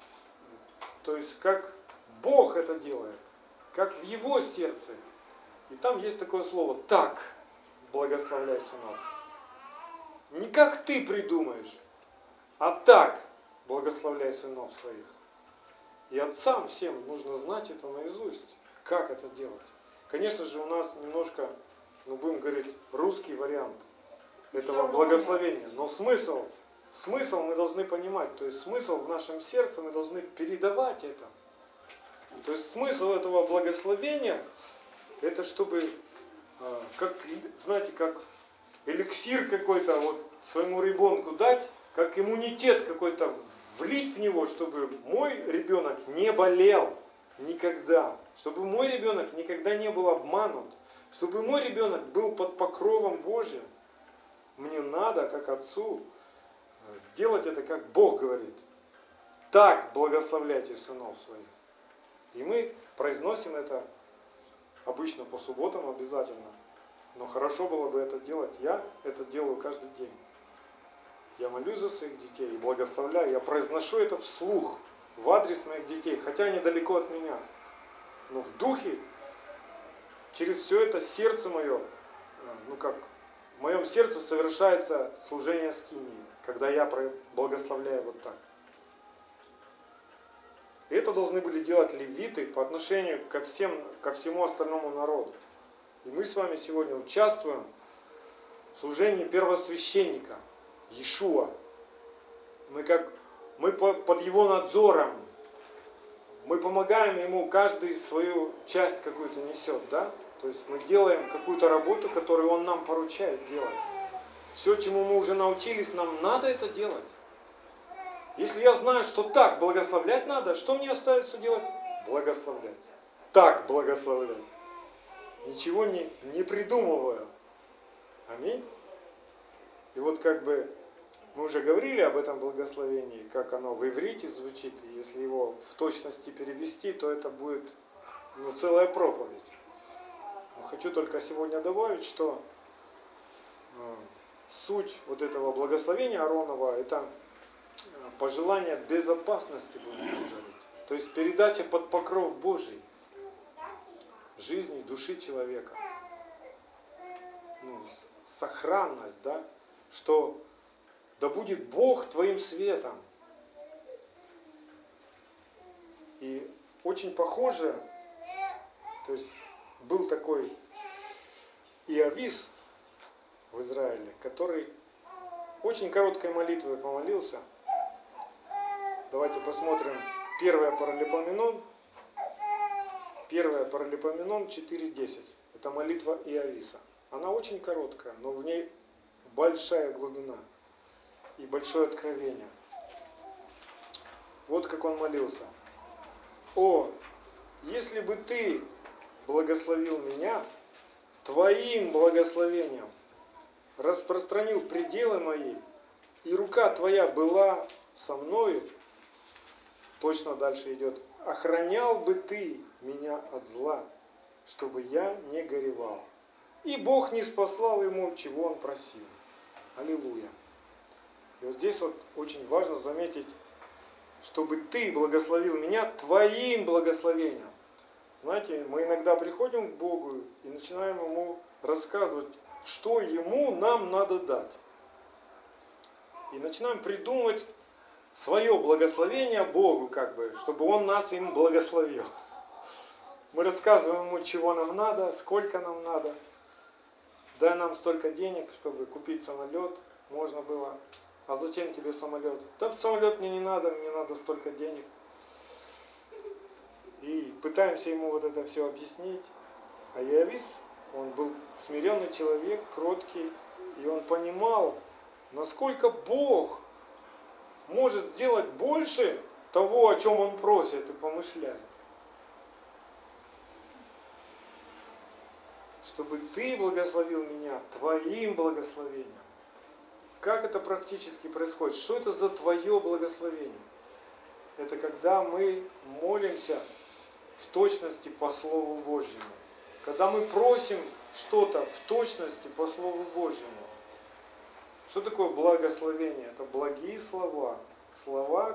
то есть как Бог это делает, как в Его сердце. И там есть такое слово «так благословляй сынов». Не как ты придумаешь, а так благословляй сынов своих. И отцам всем нужно знать это наизусть, как это делать. Конечно же, у нас немножко, будем говорить, русский вариант этого благословения. Но смысл мы должны понимать. То есть смысл в нашем сердце мы должны передавать это. То есть смысл этого благословения, это чтобы, как эликсир какой-то своему ребенку дать, как иммунитет какой-то влить в него, чтобы мой ребенок не болел никогда, чтобы мой ребенок никогда не был обманут, чтобы мой ребенок был под покровом Божьим. Мне надо, как отцу, сделать это, как Бог говорит. Так благословляйте сынов своих. И мы произносим это обычно по субботам обязательно. Но хорошо было бы это делать. Я это делаю каждый день. Я молюсь за своих детей и благословляю. Я произношу это вслух в адрес моих детей, хотя они далеко от меня. Но в духе, через все это сердце мое, в моем сердце совершается служение скинии, когда я благословляю вот так. И это должны были делать левиты по отношению ко всему остальному народу. И мы с вами сегодня участвуем в служении первосвященника Иешуа. Мы под его надзором. Мы помогаем ему, каждый свою часть какую-то несет, да? То есть мы делаем какую-то работу, которую он нам поручает делать. Все, чему мы уже научились, нам надо это делать. Если я знаю, что так благословлять надо, что мне остается делать? Благословлять. Так благословлять. Ничего не придумываю. Аминь. И Мы уже говорили об этом благословении, как оно в иврите звучит. И если его в точности перевести, то это будет целая проповедь. Но хочу только сегодня добавить, что суть вот этого благословения Ааронова — это пожелание безопасности, будем так говорить. То есть передача под покров Божий жизни, души человека. Сохранность, да, что да будет Бог твоим светом. И очень похоже, то есть был такой Иовис в Израиле, который очень короткой молитвой помолился. Давайте посмотрим 1 Паралипоменон 4:10. Это молитва Иовиса. Она очень короткая, но в ней большая глубина и большое откровение. Вот как он молился. О, если бы ты благословил меня твоим благословением, распространил пределы мои, и рука твоя была со мною, точно дальше идет, охранял бы ты меня от зла, чтобы я не горевал. И Бог не спаслал ему, чего он просил. Аллилуйя. И вот здесь вот очень важно заметить, чтобы ты благословил меня твоим благословением. Знаете, мы иногда приходим к Богу и начинаем ему рассказывать, что ему нам надо дать. И начинаем придумывать свое благословение Богу, чтобы Он нас им благословил. Мы рассказываем ему, чего нам надо, сколько нам надо. Дай нам столько денег, чтобы купить самолет, можно было. А зачем тебе самолет? Да в самолет мне не надо, мне надо столько денег. И пытаемся ему вот это все объяснить. А Иовис, он был смиренный человек, кроткий, и он понимал, насколько Бог может сделать больше того, о чем он просит и помышляет. Чтобы ты благословил меня твоим благословением. Как это практически происходит? Что это за твое благословение? Это когда мы молимся в точности по Слову Божьему. Когда мы просим что-то в точности по Слову Божьему. Что такое благословение? Это благие слова. Слова,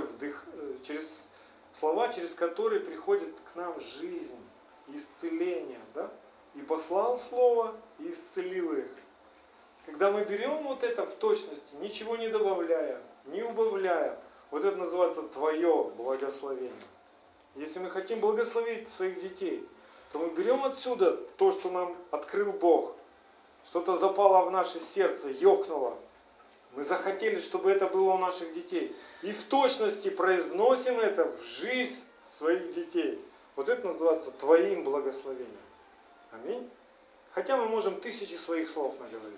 через которые приходит к нам жизнь, исцеление. Да? И послал Слово, и исцелил их. Когда мы берем вот это в точности, ничего не добавляя, не убавляя, вот это называется твое благословение. Если мы хотим благословить своих детей, то мы берем отсюда то, что нам открыл Бог. Что-то запало в наше сердце, ёкнуло. Мы захотели, чтобы это было у наших детей. И в точности произносим это в жизнь своих детей. Вот это называется твоим благословением. Аминь. Хотя мы можем 1000 своих слов наговорить.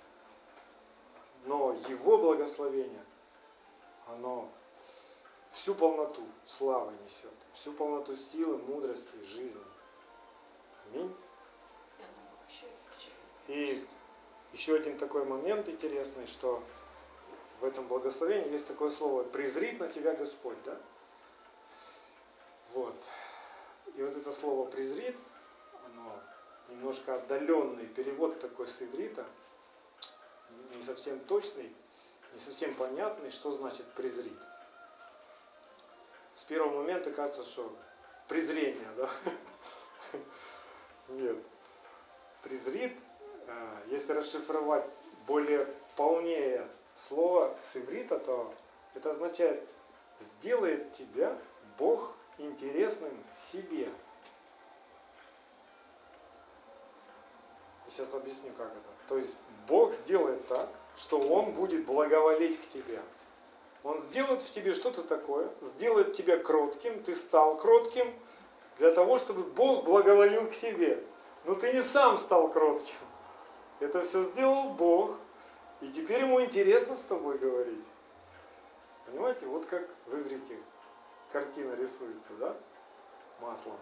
Но Его благословение, оно всю полноту славы несет. Всю полноту силы, мудрости, жизни. Аминь. И еще один такой момент интересный, что в этом благословении есть такое слово «презрит на тебя Господь». Да? Вот. И вот это слово «презрит», оно немножко отдаленный перевод такой с иврита, не совсем точный, не совсем понятный, что значит презрит. С первого момента кажется, что презрение, да? Нет. Презрит, если расшифровать более полнее слово с иврита, то это означает сделает тебя Бог интересным себе. Сейчас объясню, как это. То есть Бог сделает так, что Он будет благоволить к тебе. Он сделает в тебе что-то такое, сделает тебя кротким, ты стал кротким, для того, чтобы Бог благоволил к тебе. Но ты не сам стал кротким. Это все сделал Бог, и теперь Ему интересно с тобой говорить. Понимаете, вот как в иврите картина рисуется, да? Маслом.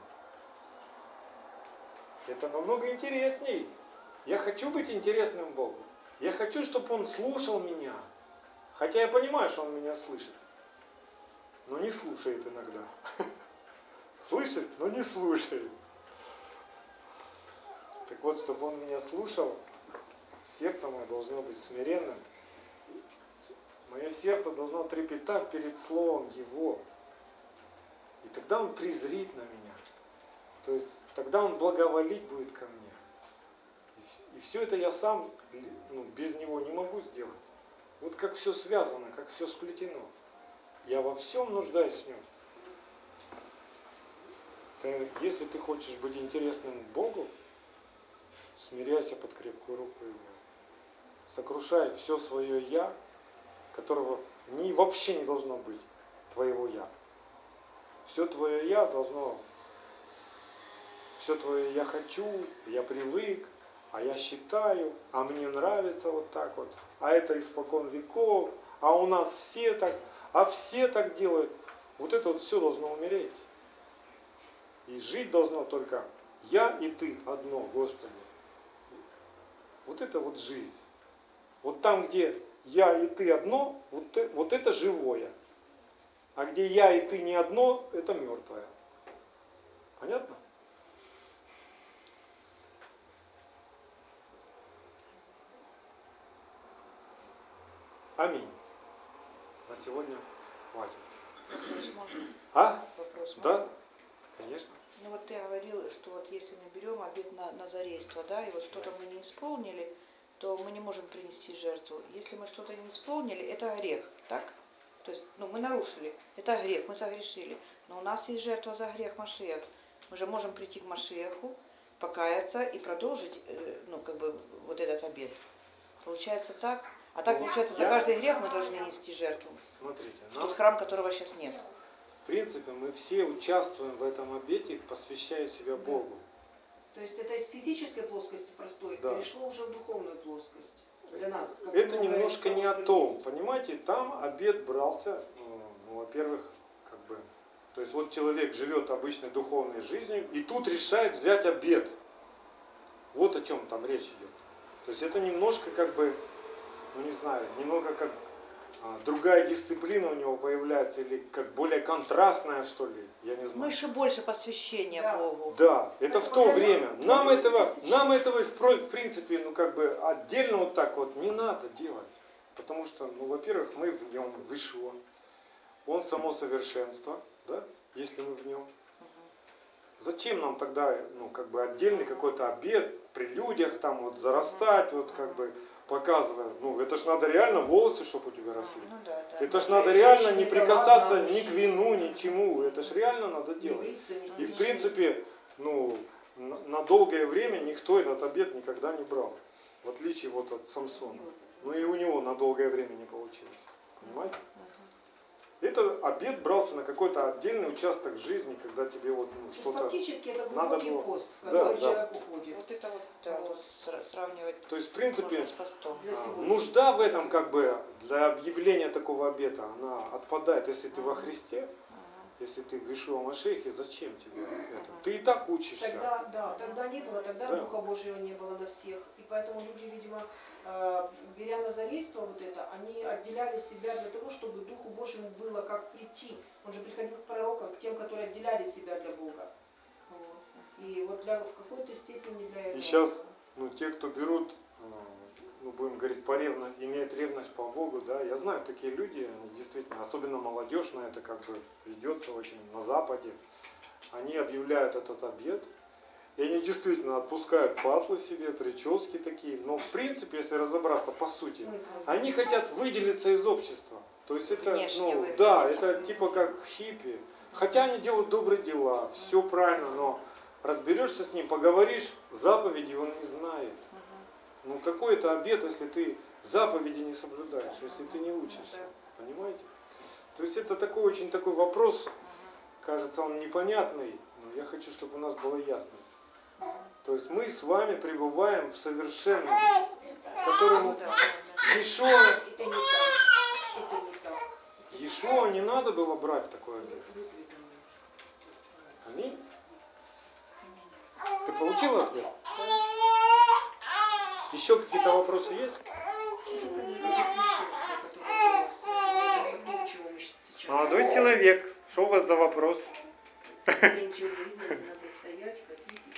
Это намного интересней. Я хочу быть интересным Богу. Я хочу, чтобы Он слушал меня. Хотя я понимаю, что он меня слышит, но не слушает иногда. Слышит, но не слушает. Так вот, чтобы он меня слушал, сердце мое должно быть смиренным. Мое сердце должно трепетать перед словом Его. И тогда он презрит на меня. То есть тогда он благоволить будет ко мне. И все это я сам без него не могу сделать. Вот как все связано, как все сплетено. Я во всем нуждаюсь в нем. Если ты хочешь быть интересным Богу, смиряйся под крепкую руку Его. Сокрушай все свое «я», которого вообще не должно быть, твоего «я». Все твое «я» должно, все твое «я хочу», «я привык», «а я считаю», «а мне нравится вот так вот», «а это испокон веков», «а у нас все так», «а все так делают». Вот это вот все должно умереть. И жить должно только я и ты одно, Господи. Вот это вот жизнь. Вот там, где я и ты одно, вот это живое. А где я и ты не одно, это мертвое. Понятно? Аминь. На сегодня хватит. Вопрос можно? А? Вопрос Да? можно? Конечно. Ну вот ты говорил, что вот если мы берем обет на назарейство, да, и вот что-то мы не исполнили, то мы не можем принести жертву. Если мы что-то не исполнили, это грех, так? То есть, мы нарушили, это грех, мы согрешили. Но у нас есть жертва за грех Машиах. Мы же можем прийти к Машиаху, покаяться и продолжить, вот этот обет. Получается так? А так, получается, за каждый грех мы должны нести жертву. Смотрите, В тот храм, которого сейчас нет. В принципе, мы все участвуем в этом обете, посвящая себя Богу. То есть это из физической плоскости простой перешло уже в духовную плоскость для нас. Это немножко не о том, понимаете, там обет брался, во-первых, то есть вот человек живет обычной духовной жизнью, и тут решает взять обет. Вот о чем там речь идет. То есть это немножко немного как другая дисциплина у него появляется, или как более контрастная, что ли, я не знаю. Ну, еще больше посвящения Богу. Да, это в то время. Нам этого в принципе, отдельно вот так вот не надо делать. Потому что, во-первых, мы в нем Ишуа. Он само совершенство, да, если мы в нем. Зачем нам тогда, отдельный какой-то обет при людях, там вот зарастать, показывая. Это ж надо реально волосы, чтобы у тебя росли. Это ж надо реально не прикасаться ни к вину, ни к чему. Это ж реально надо делать. И в принципе, на долгое время никто этот обет никогда не брал. В отличие вот от Самсона. И у него на долгое время не получилось. Понимаете? Это обет брался на какой-то отдельный участок жизни, когда тебе что-то фактически это надо глубокий было. пост, в который человек уходит. Вот это сравнивать. То есть, в принципе, с постом. нужда в этом для объявления такого обета, она отпадает, если ты во Христе, если ты в Ишуа Машиахе, зачем тебе это? Ты и так учишься. Тогда не было, тогда Духа Божьего не было на всех. И поэтому люди, видимо, беря назарейство они отделяли себя для того, чтобы Духу Божьему было как прийти. Он же приходил к пророкам, к тем, которые отделяли себя для Бога. И в какой-то степени для этого. И сейчас, те, кто берут, будем говорить, имеют ревность по Богу, да, я знаю такие люди, они действительно, особенно молодежь на это ведется очень на Западе, они объявляют этот обет, и они действительно отпускают патлы себе, прически такие, но в принципе, если разобраться по сути, они хотят выделиться из общества. То есть это, это типа как хиппи. Хотя они делают добрые дела, все правильно, но разберешься с ним, поговоришь, заповеди он не знает. Какой это обет, если ты заповеди не соблюдаешь, если ты не учишься, понимаете? То есть это очень такой вопрос, кажется, он непонятный, но я хочу, чтобы у нас была ясность. То есть мы с вами пребываем в совершенном, которому Иешуа не надо было брать такой обет. Аминь. Ты получил ответ? Еще какие-то вопросы есть? Молодой человек, что у вас за вопрос? Ничего не видно, не надо стоять.